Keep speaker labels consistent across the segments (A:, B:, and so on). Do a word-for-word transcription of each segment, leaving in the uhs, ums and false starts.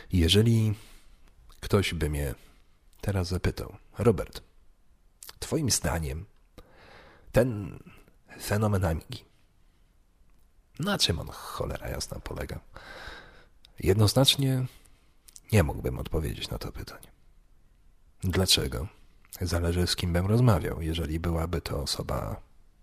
A: Jeżeli ktoś by mnie teraz zapytał, Robert, twoim zdaniem ten fenomen Amigi, na czym on cholera jasna polega? Jednoznacznie nie mógłbym odpowiedzieć na to pytanie. Dlaczego? Zależy, z kim bym rozmawiał. Jeżeli byłaby to osoba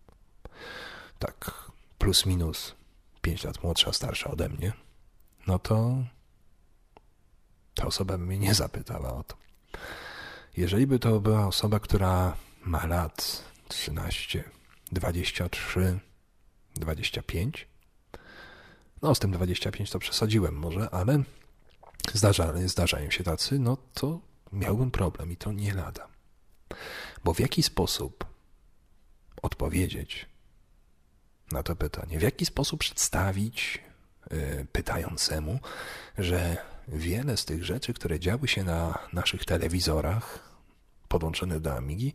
A: tak plus minus pięć lat młodsza, starsza ode mnie, no to ta osoba by mnie nie zapytała o to. Jeżeli by to była osoba, która ma lat trzynaście, dwadzieścia trzy, dwadzieścia pięć, no z tym dwadzieścia pięć to przesadziłem może, ale zdarza, zdarzają się tacy, no to miałbym problem i to nie lada. Bo w jaki sposób odpowiedzieć na to pytanie? W jaki sposób przedstawić yy, pytającemu, że wiele z tych rzeczy, które działy się na naszych telewizorach podłączone do Amigi,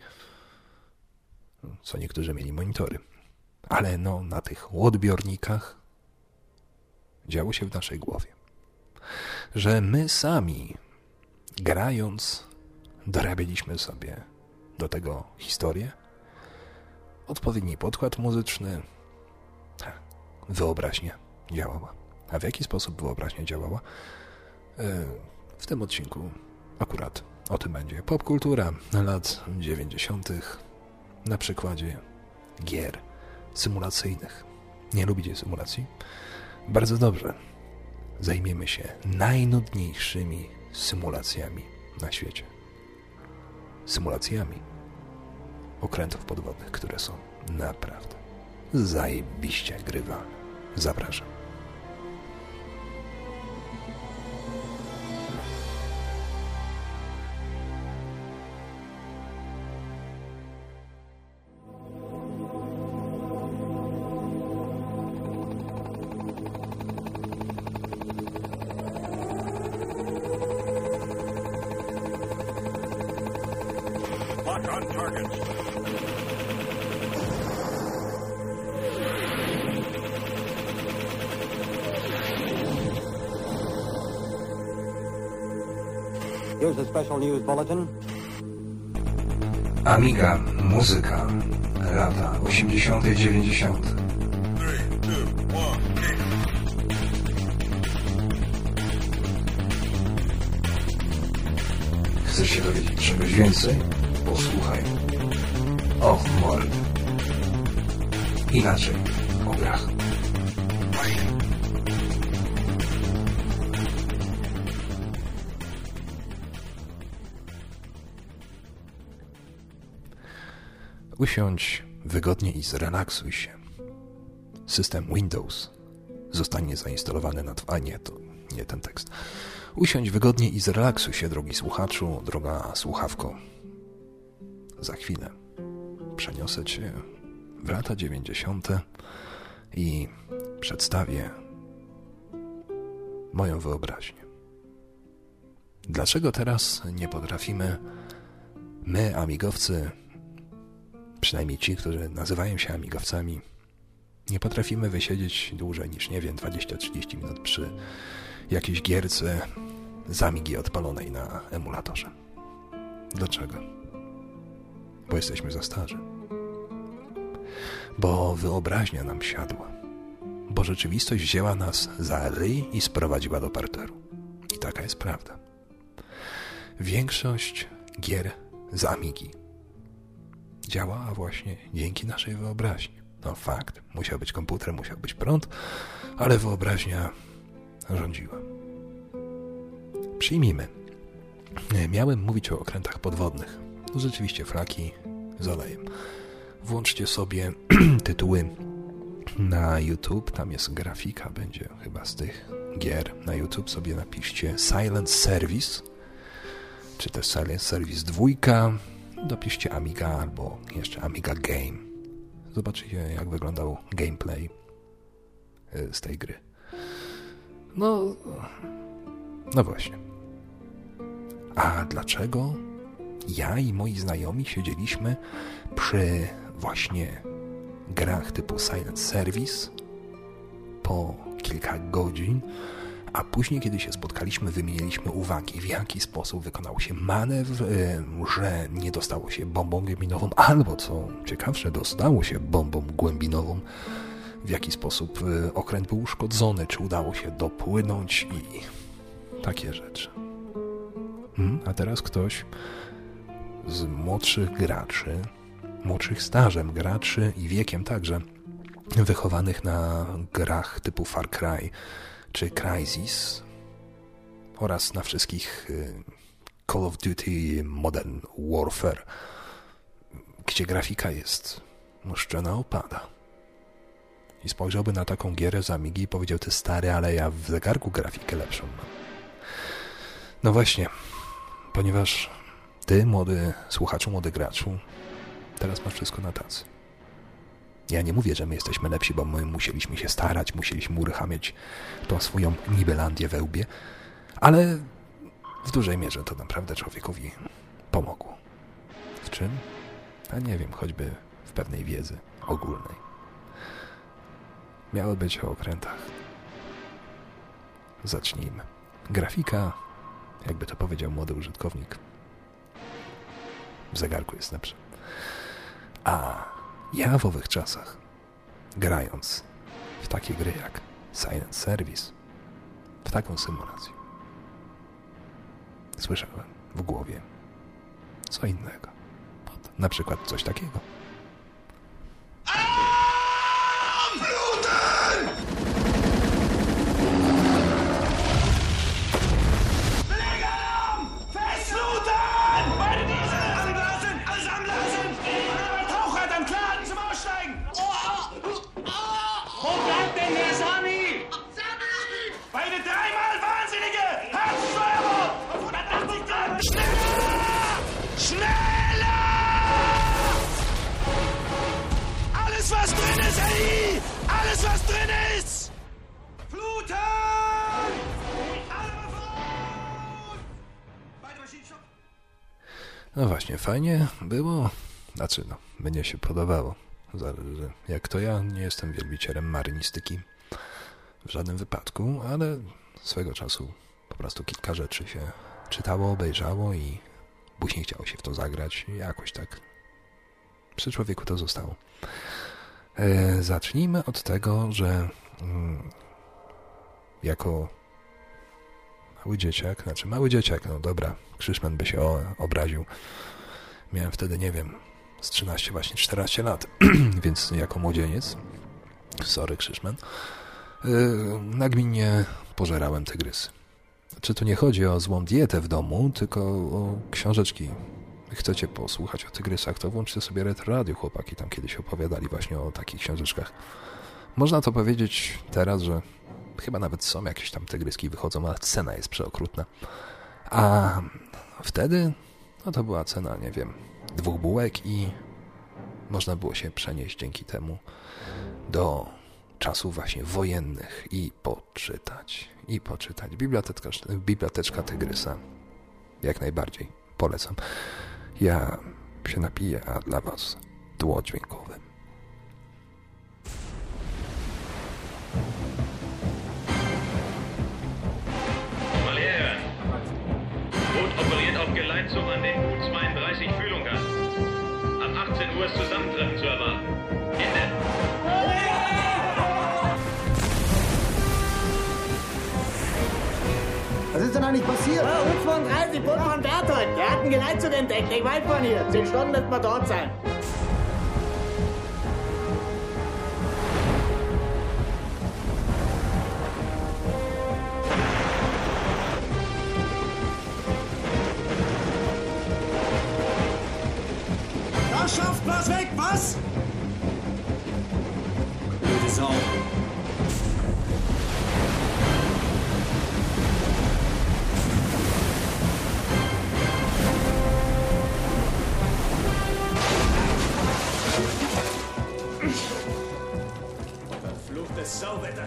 A: co niektórzy mieli monitory, ale no na tych odbiornikach działo się w naszej głowie. Że my sami, grając, dorabialiśmy sobie do tego historię, odpowiedni podkład muzyczny, wyobraźnia działała. A w jaki sposób wyobraźnia działała? W tym odcinku akurat o tym będzie. Popkultura lat dziewięćdziesiątych na przykładzie gier symulacyjnych. Nie lubicie symulacji? Bardzo dobrze. Zajmiemy się najnudniejszymi symulacjami na świecie. Symulacjami okrętów podwodnych, które są naprawdę zajebiście grywalne. Zapraszam.
B: Here's a special news bulletin.
A: Amiga, muzyka, lata osiemdziesiąte, dziewięćdziesiąte. Chcesz się dowiedzieć czegoś więcej? Posłuchaj. Och, mord. Inaczej o grach. Usiądź wygodnie i zrelaksuj się. System Windows zostanie zainstalowany na... A nie, to nie ten tekst. Usiądź wygodnie i zrelaksuj się, drogi słuchaczu, droga słuchawko. Za chwilę przeniosę cię w lata dziewięćdziesiąte i przedstawię moją wyobraźnię. Dlaczego teraz nie potrafimy my, amigowcy, przynajmniej ci, którzy nazywają się amigowcami, nie potrafimy wysiedzieć dłużej niż, nie wiem, dwadzieścia trzydzieści minut przy jakiejś gierce z Amigi odpalonej na emulatorze? Dlaczego? Bo jesteśmy za starzy. Bo wyobraźnia nam siadła. Bo rzeczywistość wzięła nas za ryj i sprowadziła do parteru. I taka jest prawda. Większość gier z Amigi działała właśnie dzięki naszej wyobraźni. No fakt, musiał być komputer, musiał być prąd, ale wyobraźnia rządziła. Przyjmijmy. Miałem mówić o okrętach podwodnych. No rzeczywiście flaki z olejem. Włączcie sobie tytuły na YouTube, tam jest grafika, będzie chyba z tych gier. Na YouTube sobie napiszcie Silent Service, czy też Silent Service dwa, dopiszcie Amiga albo jeszcze Amiga Game. Zobaczycie, jak wyglądał gameplay z tej gry. No, no właśnie. A dlaczego ja i moi znajomi siedzieliśmy przy właśnie grach typu Silent Service po kilka godzin, A później, kiedy się spotkaliśmy, wymieniliśmy uwagi, w jaki sposób wykonał się manewr, że nie dostało się bombą głębinową, albo co ciekawsze, dostało się bombą głębinową, w jaki sposób okręt był uszkodzony, czy udało się dopłynąć i takie rzeczy. Hmm? A teraz ktoś z młodszych graczy, młodszych stażem graczy i wiekiem także, wychowanych na grach typu Far Cry czy Crysis oraz na wszystkich Call of Duty Modern Warfare, gdzie grafika jest szczena opada. I spojrzałby na taką gierę z Amigi i powiedział: ty stary, ale ja w zegarku grafikę lepszą mam. No właśnie, ponieważ ty, młody słuchaczu, młody graczu, teraz masz wszystko na tacy. Ja nie mówię, że my jesteśmy lepsi, bo my musieliśmy się starać, musieliśmy uruchamiać tą swoją Nibelandię we łbie, ale w dużej mierze to naprawdę człowiekowi pomogło. W czym? A nie wiem, choćby w pewnej wiedzy ogólnej. Miało być o okrętach. Zacznijmy. Grafika, jakby to powiedział młody użytkownik, w zegarku jest lepsza. A ja w owych czasach, grając w takie gry jak Silent Service, w taką symulację, słyszałem w głowie co innego. Na przykład coś takiego.
C: Alles, was drin ist! Fluten!
A: No właśnie, fajnie było. Znaczy, no, mnie się podobało. Zależy, jak to ja, nie jestem wielbicielem marynistyki w żadnym wypadku, ale swego czasu po prostu kilka rzeczy się czytało, obejrzało i później chciało się w to zagrać i jakoś tak przy człowieku to zostało. E, zacznijmy od tego, że mm, jako mały dzieciak, znaczy mały dzieciak, no dobra, Krzyszman by się o, obraził. Miałem wtedy, nie wiem, z trzynaście, właśnie czternaście lat, więc jako młodzieniec, sorry Krzyszman, e, nagminnie pożerałem tygrysy. Czy tu nie chodzi o złą dietę w domu, tylko o książeczki. Chcecie posłuchać o tygrysach, to włączcie sobie Retro Radio, chłopaki tam kiedyś opowiadali właśnie o takich książeczkach. Można to powiedzieć teraz, że chyba nawet są jakieś tam tygryski wychodzą, ale cena jest przeokrutna. A wtedy, no to była cena, nie wiem, dwóch bułek i można było się przenieść dzięki temu do czasów właśnie wojennych i poczytać, i poczytać. Biblioteczka, biblioteczka Tygrysa, jak najbardziej polecam. Ja się napiję, a dla was tło dźwiękowe.
D: Malera. Boot operiert auf Geleitzug an den U zweiunddreißig Fühlunga. Ab achtzehn Uhr ist Zusammentreffen zu erwarten. Ende.
E: Was ist denn eigentlich passiert?
F: Ja, U zweiunddreißig, Boot von Berthold. Der hat einen Geleitzug entdeckt, nicht weit von hier. Zehn Stunden müssen wir dort sein.
C: Da schafft was weg, was? Blöde Sau. Verfluchtes Sauwetter.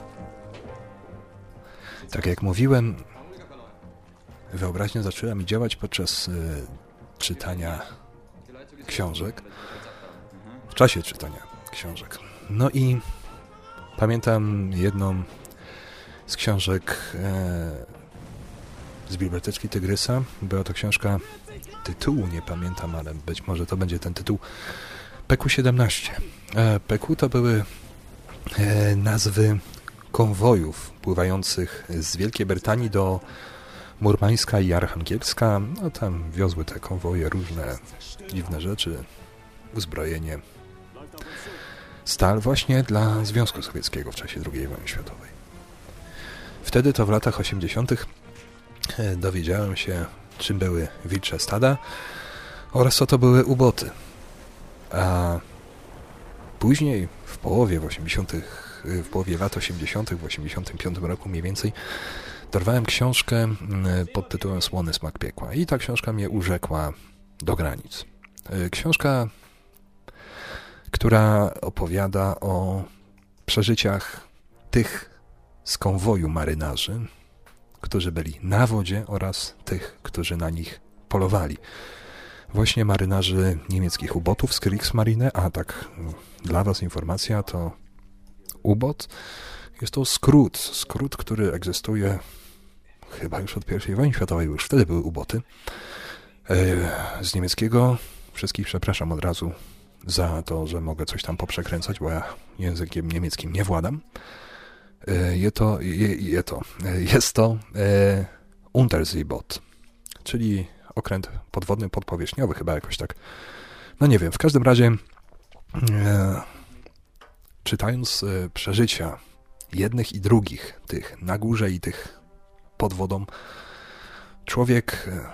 A: Tak jak mówiłem, wyobraźnia zaczęła mi działać podczas y, czytania książek, w czasie czytania książek. No i pamiętam jedną, z książek e, z Biblioteczki Tygrysa. Była to książka, tytułu nie pamiętam, ale być może to będzie ten tytuł, P Q siedemnaście. E, P Q to były e, nazwy konwojów pływających z Wielkiej Brytanii do Murmańska i Archangielska. No tam wiozły te konwoje różne dziwne rzeczy, uzbrojenie, stal właśnie dla Związku Sowieckiego w czasie drugiej wojny światowej. Wtedy to w latach osiemdziesiątych dowiedziałem się, czym były wilcze stada oraz co to były uboty. A później w połowie w osiemdziesiątych w połowie lat osiemdziesiątych, w osiemdziesiątym piątym roku mniej więcej, dorwałem książkę pod tytułem Słony smak piekła. I ta książka mnie urzekła do granic. Książka, która opowiada o przeżyciach tych z konwoju marynarzy, którzy byli na wodzie, oraz tych, którzy na nich polowali. Właśnie marynarzy niemieckich ubotów z Kriegsmarine, a tak dla was informacja, to ubot jest to skrót, skrót, który egzystuje chyba już od pierwszej wojny światowej, bo już wtedy były uboty. Z niemieckiego wszystkich przepraszam od razu za to, że mogę coś tam poprzekręcać, bo ja językiem niemieckim nie władam. Jest to, je, je to, jest to e, Unterseeboot, czyli okręt podwodny, podpowierzchniowy, chyba jakoś tak. No nie wiem, w każdym razie e, czytając e, przeżycia jednych i drugich, tych na górze i tych pod wodą, człowiek, e,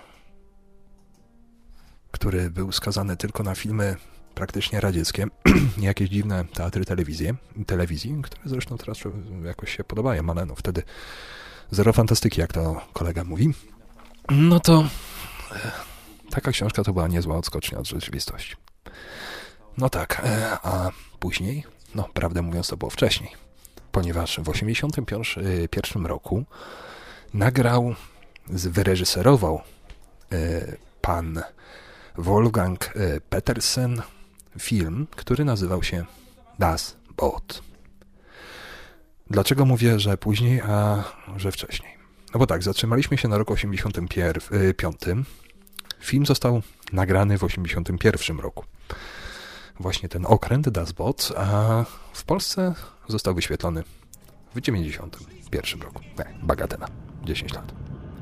A: który był skazany tylko na filmy praktycznie radzieckie, jakieś dziwne teatry telewizje, telewizji, które zresztą teraz jakoś się podobają, ale no wtedy zero fantastyki, jak to kolega mówi, no to e, taka książka to była niezła odskocznia od rzeczywistości. No tak, e, a później, no prawdę mówiąc, to było wcześniej, ponieważ w osiemdziesiątym pierwszym roku nagrał, wyreżyserował e, pan Wolfgang Petersen film, który nazywał się Das Boot. Dlaczego mówię, że później, a że wcześniej? No bo tak, zatrzymaliśmy się na roku osiemdziesiątym piątym. Film został nagrany w osiemdziesiątym pierwszym roku. Właśnie ten okręt Das Boot, a w Polsce został wyświetlony w dziewięćdziesiątym pierwszym roku. Nie, bagatela. dziesięć lat.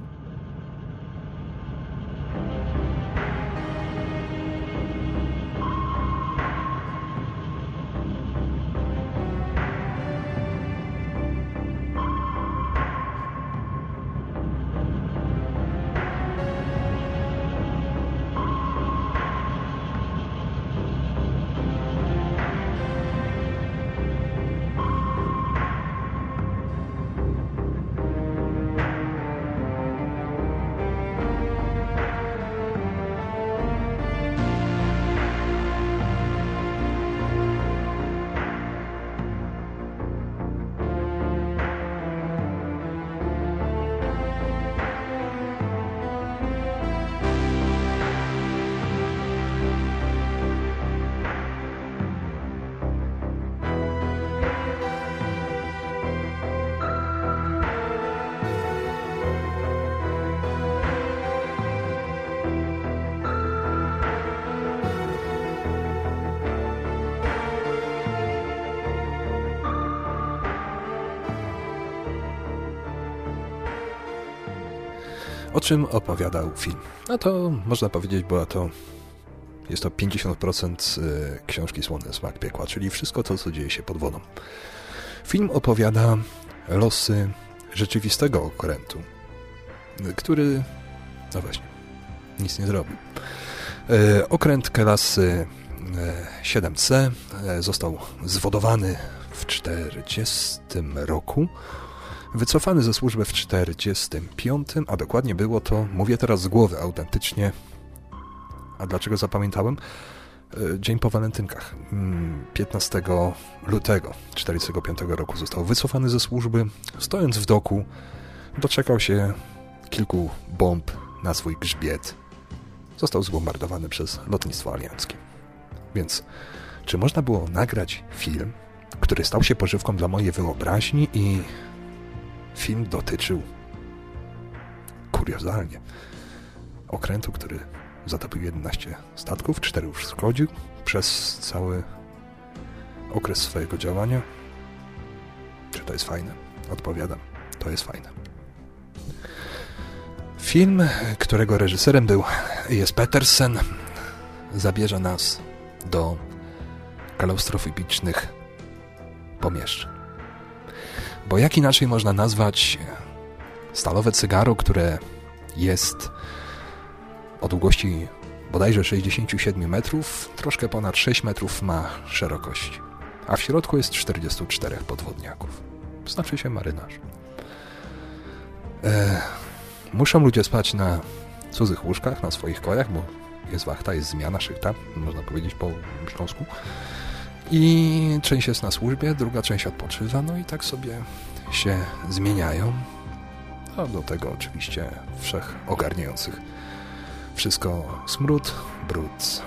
A: O czym opowiadał film? No to można powiedzieć, była to jest to pięćdziesiąt procent książki Słony smak piekła, czyli wszystko to, co dzieje się pod wodą. Film opowiada losy rzeczywistego okrętu, który, no właśnie, nic nie zrobił. Okręt klasy siedem C został zwodowany w czterdziestym roku, wycofany ze służby w czterdziestym piątym, a dokładnie było to, mówię teraz z głowy autentycznie, a dlaczego zapamiętałem? Dzień po walentynkach, piętnastego lutego czterdziestego piątego roku został wycofany ze służby. Stojąc w doku, doczekał się kilku bomb na swój grzbiet. Został zbombardowany przez lotnictwo alianckie. Więc czy można było nagrać film, który stał się pożywką dla mojej wyobraźni i Film dotyczył kuriozalnie okrętu, który zatopił jedenaście statków, cztery już szkodził przez cały okres swojego działania. Czy to jest fajne? Odpowiadam, to jest fajne. Film, którego reżyserem był Jes Petersen, zabierze nas do klaustrofobicznych pomieszczeń. Bo jak inaczej można nazwać stalowe cygaro, które jest o długości bodajże sześćdziesiąt siedem metrów, troszkę ponad sześć metrów ma szerokość, a w środku jest czterdziestu czterech podwodniaków. Znaczy się marynarzy. E, muszą ludzie spać na cudzych łóżkach, na swoich kojach, bo jest wachta, jest zmiana, szychta, można powiedzieć po śląsku. I część jest na służbie, druga część odpoczywa, no i tak sobie się zmieniają. A do tego oczywiście wszechogarniających wszystko smród, brud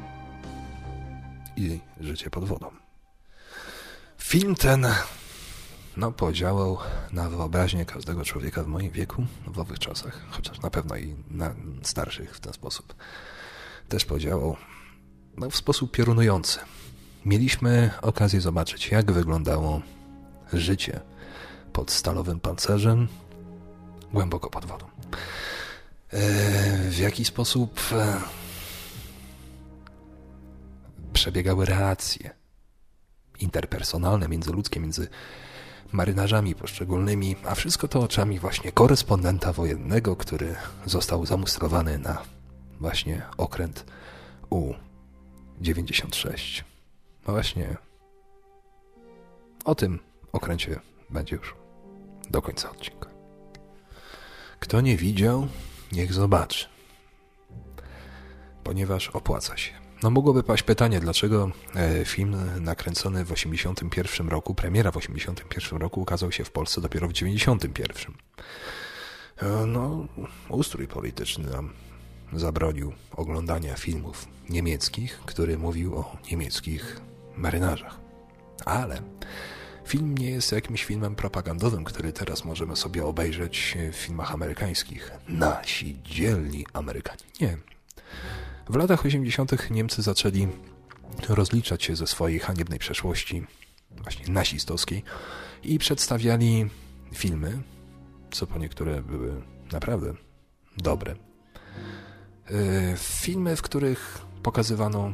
A: i życie pod wodą. Film ten no, podziałał na wyobraźnię każdego człowieka w moim wieku, w owych czasach, chociaż na pewno i na starszych w ten sposób też podziałał no, w sposób piorunujący. Mieliśmy okazję zobaczyć, jak wyglądało życie pod stalowym pancerzem, głęboko pod wodą. W jaki sposób przebiegały relacje interpersonalne, międzyludzkie, między marynarzami poszczególnymi, a wszystko to oczami właśnie korespondenta wojennego, który został zamustrowany na właśnie okręt U dziewięćdziesiąt sześć. No właśnie o tym okręcie będzie już do końca odcinka. Kto nie widział, niech zobaczy. Ponieważ opłaca się. No mogłoby paść pytanie, dlaczego film nakręcony w osiemdziesiątym pierwszym roku, premiera w osiemdziesiątym pierwszym roku ukazał się w Polsce dopiero w dziewięćdziesiątym pierwszym. No, ustrój polityczny nam zabronił oglądania filmów niemieckich, który mówił o niemieckich marynarzach. Ale film nie jest jakimś filmem propagandowym, który teraz możemy sobie obejrzeć w filmach amerykańskich. Nasi dzielni Amerykanie. Nie. W latach osiemdziesiątych Niemcy zaczęli rozliczać się ze swojej haniebnej przeszłości, właśnie nazistowskiej, i przedstawiali filmy, co po niektóre były naprawdę dobre. Filmy, w których pokazywano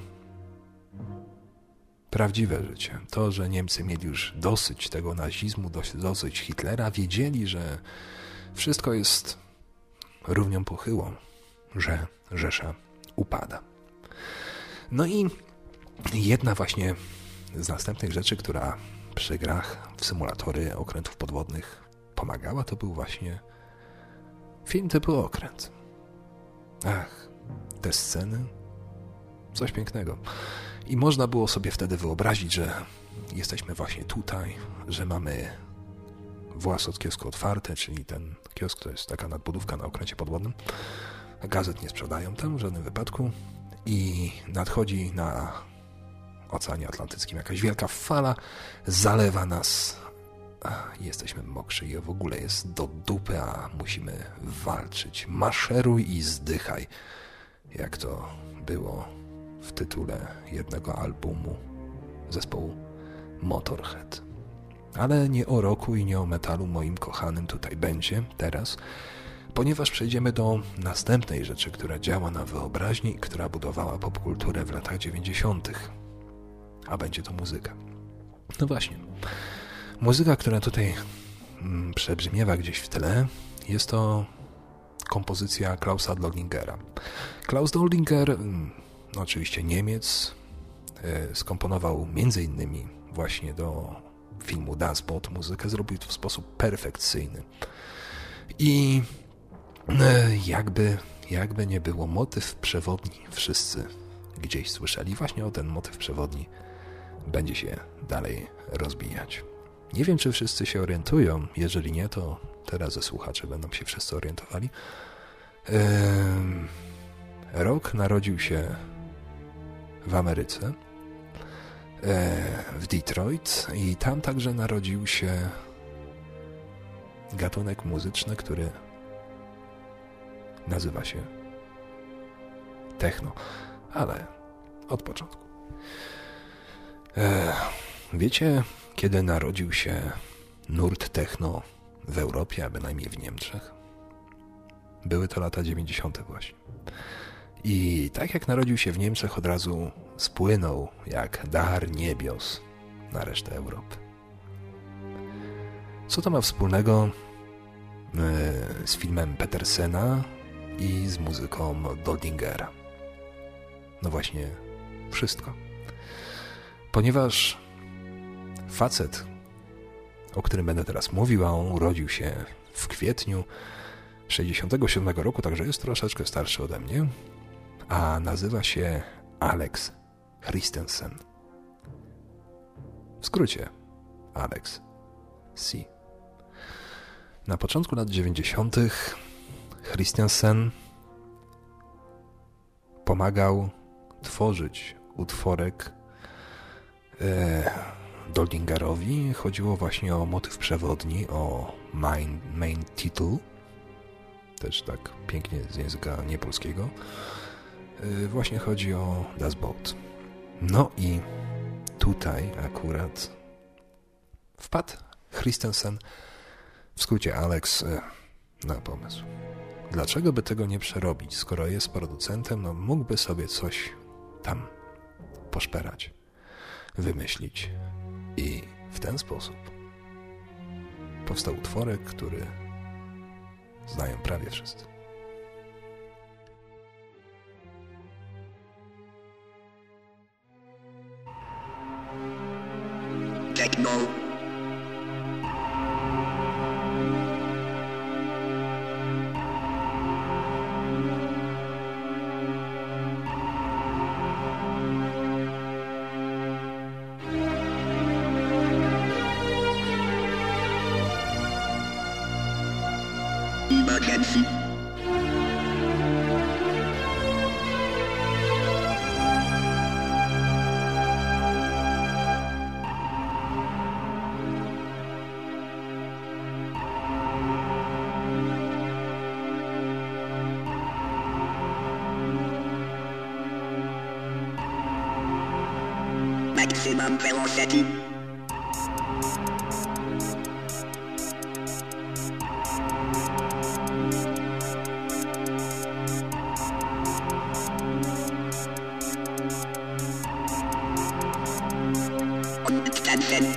A: prawdziwe życie. To, że Niemcy mieli już dosyć tego nazizmu, dosyć Hitlera, wiedzieli, że wszystko jest równią pochyłą, że Rzesza upada. No i jedna właśnie z następnych rzeczy, która przy grach w symulatory okrętów podwodnych pomagała, to był właśnie film typu Okręt. Ach, te sceny, coś pięknego. I można było sobie wtedy wyobrazić, że jesteśmy właśnie tutaj, że mamy włas od kiosku otwarte, czyli ten kiosk to jest taka nadbudówka na okręcie podwodnym. Gazet nie sprzedają tam w żadnym wypadku i nadchodzi na Oceanie Atlantyckim jakaś wielka fala, zalewa nas. Ach, jesteśmy mokrzy i w ogóle jest do dupy, a musimy walczyć. Maszeruj i zdychaj, jak to było w tytule jednego albumu zespołu Motorhead. Ale nie o rocku i nie o metalu moim kochanym tutaj będzie teraz, ponieważ przejdziemy do następnej rzeczy, która działa na wyobraźni i która budowała popkulturę w latach dziewięćdziesiątych. A będzie to muzyka. No właśnie. Muzyka, która tutaj mm, przebrzmiewa gdzieś w tle, jest to kompozycja Klausa Dollingera. Klaus Dollinger, mm, no oczywiście Niemiec, y, skomponował między innymi właśnie do filmu Das Boot muzykę, zrobił to w sposób perfekcyjny. I y, jakby, jakby nie było, motyw przewodni wszyscy gdzieś słyszeli. Właśnie o ten motyw przewodni będzie się dalej rozbijać. Nie wiem, czy wszyscy się orientują. Jeżeli nie, to teraz ze słuchacze będą się wszyscy orientowali. Yy, Rock narodził się w Ameryce, yy, w Detroit, i tam także narodził się gatunek muzyczny, który nazywa się techno, ale od początku. E, wiecie, kiedy narodził się nurt techno w Europie, a bynajmniej w Niemczech? Były to lata dziewięćdziesiąte właśnie. I tak jak narodził się w Niemczech, od razu spłynął jak dar niebios na resztę Europy. Co to ma wspólnego yy, z filmem Petersena i z muzyką Doldingera? No właśnie wszystko. Ponieważ facet, o którym będę teraz mówił, a on urodził się w kwietniu sześćdziesiątego siódmego roku, także jest troszeczkę starszy ode mnie, a nazywa się Alex Christensen. W skrócie Alex C. Na początku lat dziewięćdziesiątych Christensen pomagał tworzyć utworek e, Doldingerowi. Chodziło właśnie o motyw przewodni, o main, main title, też tak pięknie z języka niepolskiego. E, właśnie chodzi o Das Boot. No i tutaj akurat wpadł Christensen, w skrócie Alex, e, na pomysł. Dlaczego by tego nie przerobić? Skoro jest producentem, no mógłby sobie coś tam poszperać, wymyślić. I w ten sposób powstał utworek, który znają prawie wszyscy.
E: Techno. Emergency. Maximum velocity. Extension.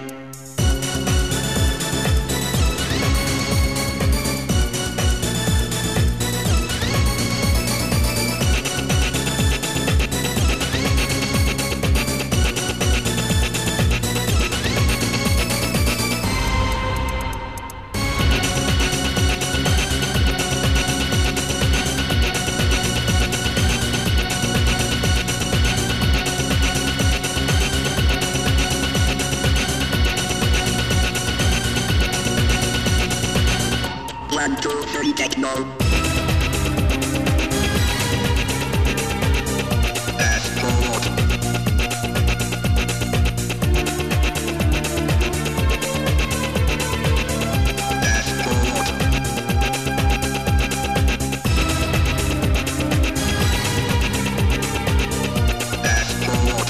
E: One, two, three, techno. Dashboard. Dashboard. Dashboard.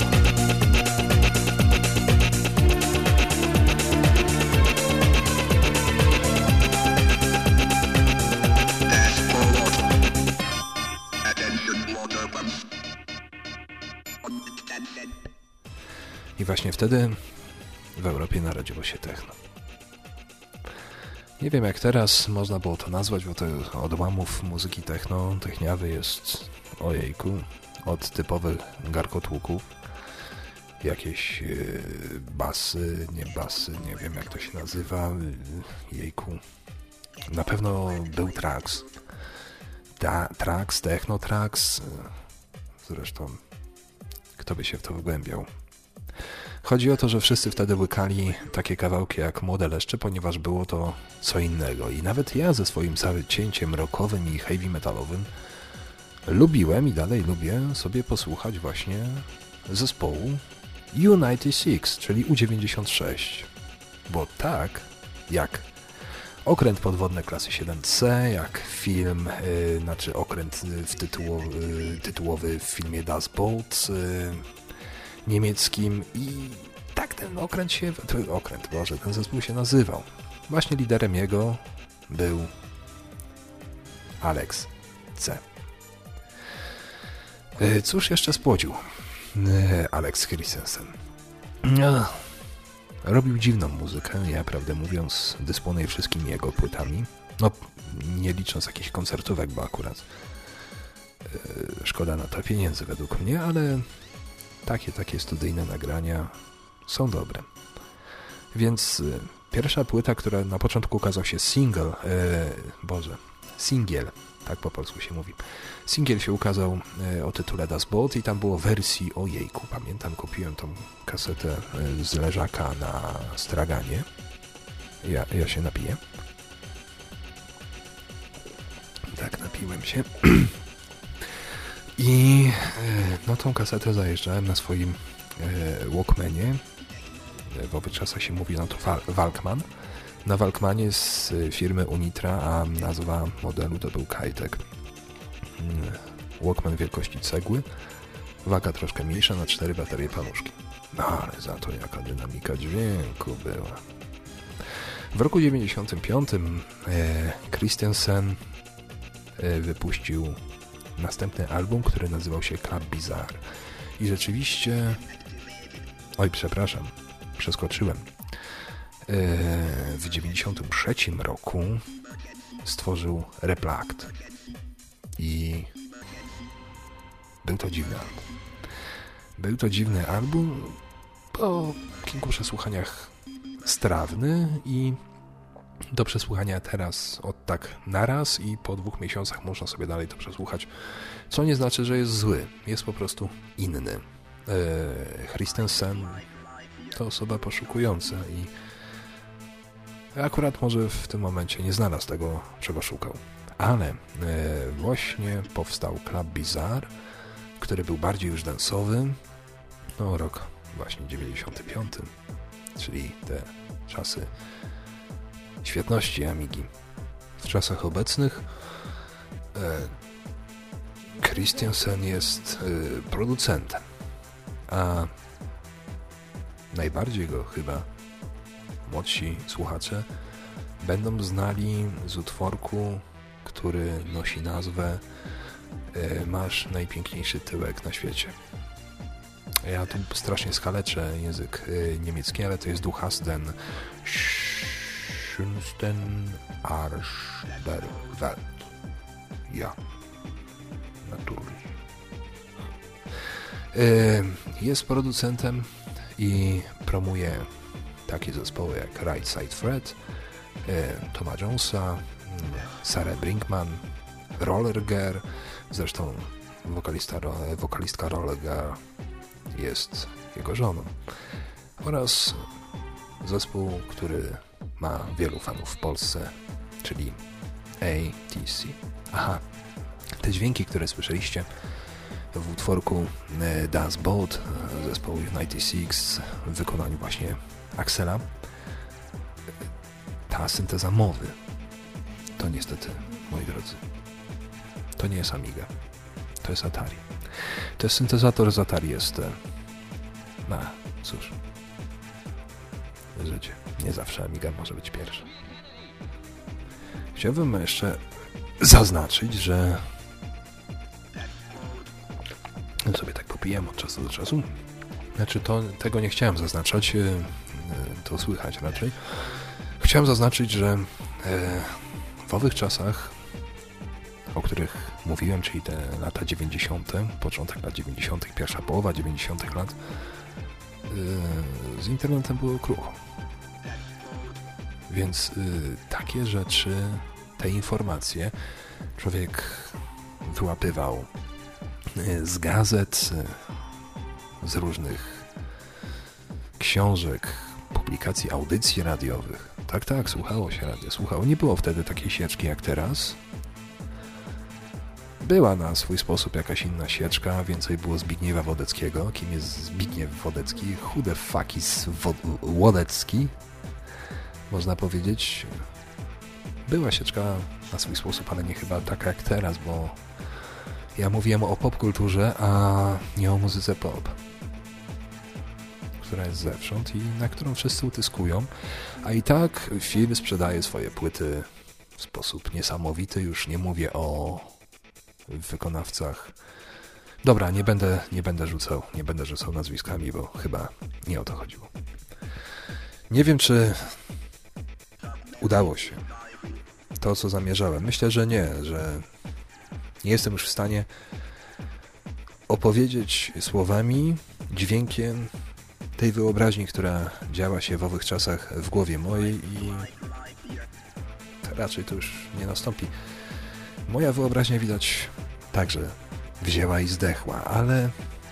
A: I właśnie wtedy w Europie narodziło się techno. Nie wiem jak teraz można było to nazwać, bo to odłamów muzyki techno, techniawy jest, ojejku, od typowych garkotłuków, jakieś yy, basy, nie basy, nie wiem jak to się nazywa, yy, jejku. Na pewno był tracks. Da, tracks, techno tracks, zresztą kto by się w to wgłębiał. Chodzi o to, że wszyscy wtedy łykali takie kawałki jak Młode Leszcze, ponieważ było to co innego. I nawet ja ze swoim całym cięciem rockowym i heavy metalowym lubiłem i dalej lubię sobie posłuchać właśnie zespołu U dziewięćdziesiąt sześć, czyli U dziewięćdziesiąt sześć. Bo tak jak Okręt podwodny klasy siedem C, jak film, yy, znaczy okręt w tytułowy, yy, tytułowy w filmie Das Boot yy, niemieckim i tak ten okręt się, to okręt, Boże, ten zespół się nazywał. Właśnie liderem jego był Alex C. Yy, cóż jeszcze spłodził yy, Alex Christensen? Yy. Robił dziwną muzykę, ja prawdę mówiąc dysponuję wszystkimi jego płytami. No, nie licząc jakichś koncertówek, bo akurat yy, szkoda na to pieniędzy według mnie, ale takie, takie studyjne nagrania są dobre. Więc yy, pierwsza płyta, która na początku ukazał się single, yy, Boże, singiel, tak po polsku się mówi. Singiel się ukazał e, o tytule Das Boot i tam było wersji, ojejku, pamiętam, kupiłem tą kasetę e, z leżaka na straganie. Ja, ja się napiję. Tak, napiłem się. I e, no tą kasetę zajeżdżałem na swoim e, Walkmanie. W owych czasach się mówi na to Walkman. Na Walkmanie z firmy Unitra, a nazwa modelu to był Kajtek. Walkman wielkości cegły, waga troszkę mniejsza, na cztery baterie paluszki. No ale za to jaka dynamika dźwięku była. W roku dziewięćdziesiątym piątym e, Christensen e, wypuścił następny album, który nazywał się Club Bizarre. I rzeczywiście... Oj, przepraszam, przeskoczyłem. E, w dziewięćdziesiątym trzecim roku stworzył Replugged. I był to dziwny album. Był to dziwny album, po kilku przesłuchaniach strawny i do przesłuchania teraz od tak naraz i po dwóch miesiącach można sobie dalej to przesłuchać, co nie znaczy, że jest zły. Jest po prostu inny. Eee, Christensen to osoba poszukująca i akurat może w tym momencie nie znalazł tego, czego szukał. Ale e, właśnie powstał Club Bizarre, który był bardziej już dansowy. No rok właśnie dziewięćdziesiąty piąty, czyli te czasy świetności Amigi. W czasach obecnych e, Christensen jest e, producentem, a najbardziej go chyba młodsi słuchacze będą znali z utworku, który nosi nazwę e, Masz najpiękniejszy tyłek na świecie. Ja tu strasznie skaleczę język e, niemiecki, ale to jest Du hast den schönsten Arsch der Welt. Ja. Natürlich. E, jest producentem i promuje takie zespoły jak Right Side Fred, e, Toma Jonesa, Sarah Brinkman, Roller Girl, zresztą wokalista, wokalistka Roller Girl jest jego żoną, oraz zespół, który ma wielu fanów w Polsce, czyli A T C. Aha, te dźwięki, które słyszeliście w utworku Das Boot zespołu United Six w wykonaniu właśnie Axela, ta synteza mowy to niestety, moi drodzy, to nie jest Amiga, to jest Atari. To jest syntezator z Atari S T. No, cóż, życie. Nie zawsze Amiga może być pierwsza. Chciałbym jeszcze zaznaczyć, że sobie tak popijam od czasu do czasu. Znaczy, to, tego nie chciałem zaznaczać, to słychać raczej. Chciałem zaznaczyć, że w owych czasach, o których mówiłem, czyli te lata dziewięćdziesiąte, początek lat dziewięćdziesiątych, pierwsza połowa dziewięćdziesiątych lat, z internetem było krucho. Więc takie rzeczy, te informacje człowiek wyłapywał z gazet, z różnych książek, publikacji, audycji radiowych. Tak, tak, słuchało się radio, słuchało. Nie było wtedy takiej sieczki jak teraz. Była na swój sposób jakaś inna sieczka, więcej było Zbigniewa Wodeckiego. Kim jest Zbigniew Wodecki? Who the fuck is Wodecki? Można powiedzieć. była sieczka na swój sposób, ale nie chyba taka jak teraz, bo ja mówiłem o popkulturze, a nie o muzyce pop, która jest zewsząd i na którą wszyscy utyskują, a i tak Phil sprzedaje swoje płyty w sposób niesamowity. Już nie mówię o wykonawcach. Dobra, nie będę, nie będę rzucał, nie będę rzucał nazwiskami, bo chyba nie o to chodziło. Nie wiem, czy udało się to, co zamierzałem. Myślę, że nie, że nie jestem już w stanie opowiedzieć słowami, dźwiękiem tej wyobraźni, która działa się w owych czasach w głowie mojej i raczej to już nie nastąpi. Moja wyobraźnia widać także wzięła i zdechła, ale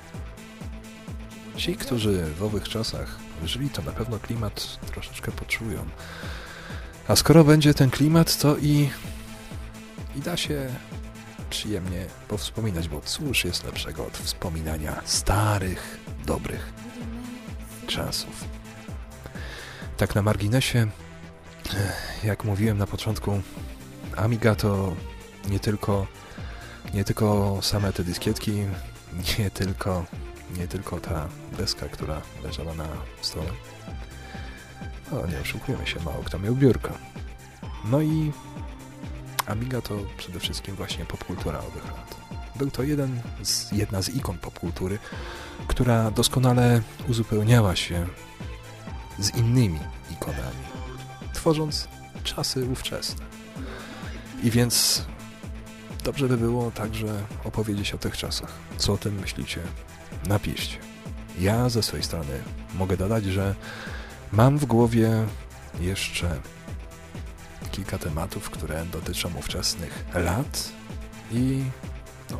A: ci, którzy w owych czasach żyli, to na pewno klimat troszeczkę poczują. A skoro będzie ten klimat, to i, i da się przyjemnie powspominać, bo cóż jest lepszego od wspominania starych, dobrych czasów. Tak na marginesie, jak mówiłem na początku, Amiga to nie tylko, nie tylko same te dyskietki, nie tylko, nie tylko ta deska, która leżała na stole. O, nie oszukujemy się, mało kto miał biurko. No i Amiga to przede wszystkim właśnie popkultura owych lat. Był to jeden z, jedna z ikon popkultury, która doskonale uzupełniała się z innymi ikonami, tworząc czasy ówczesne. I więc dobrze by było także opowiedzieć o tych czasach. Co o tym myślicie? Napiszcie. Ja ze swojej strony mogę dodać, że mam w głowie jeszcze kilka tematów, które dotyczą ówczesnych lat i no,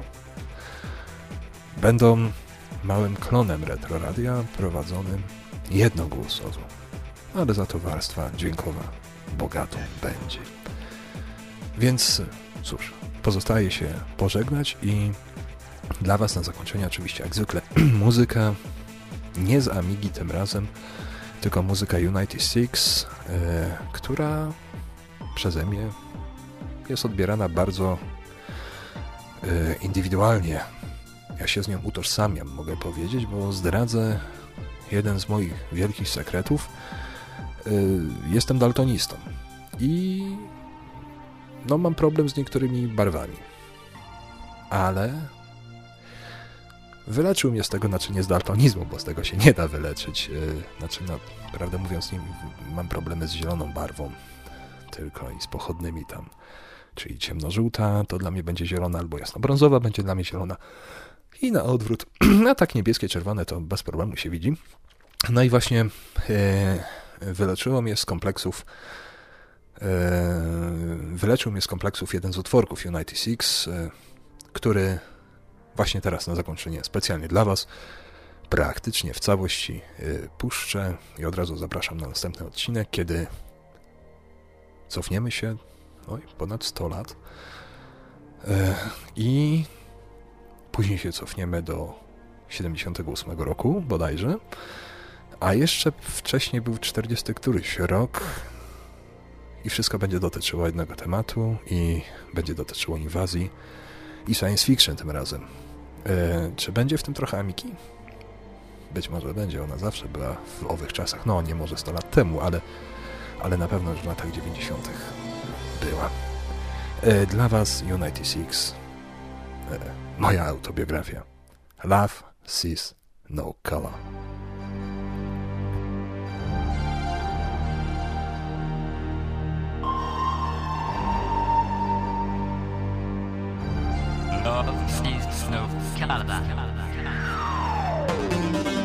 A: będą małym klonem Retro Radia prowadzonym jednogłosowo, ale za to warstwa dźwiękowa bogatą będzie. Więc cóż, pozostaje się pożegnać i dla Was na zakończenie oczywiście jak zwykle muzyka nie z Amigi tym razem, tylko muzyka United Six, yy, która przeze mnie jest odbierana bardzo yy, indywidualnie. Ja się z nią utożsamiam, mogę powiedzieć, bo zdradzę jeden z moich wielkich sekretów. Yy, jestem daltonistą i no mam problem z niektórymi barwami, ale wyleczył mnie z tego, znaczy nie z daltonizmu, bo z tego się nie da wyleczyć. Yy, znaczy, no, prawdę mówiąc, nie, mam problemy z zieloną barwą tylko i z pochodnymi tam, czyli ciemnożółta to dla mnie będzie zielona, albo jasnobrązowa będzie dla mnie zielona i na odwrót, a tak niebieskie, czerwone to bez problemu się widzi. No i właśnie yy, wyleczyło mnie z kompleksów yy, wyleczył mnie z kompleksów jeden z utworków United Six, yy, który właśnie teraz na zakończenie specjalnie dla Was praktycznie w całości yy, puszczę i od razu zapraszam na następny odcinek, kiedy cofniemy się oj, ponad sto lat yy, i później się cofniemy do siedemdziesiątego ósmego roku bodajże, a jeszcze wcześniej był czterdziesty któryś rok i wszystko będzie dotyczyło jednego tematu i będzie dotyczyło inwazji i science fiction tym razem. Yy, czy będzie w tym trochę Amiki? Być może będzie, ona zawsze była w owych czasach, no nie może sto lat temu, ale, ale na pewno już w latach dziewięćdziesiątych była. Yy, dla Was United Six, yy, moja autobiografia. Love sees no color.
G: Love sees no color.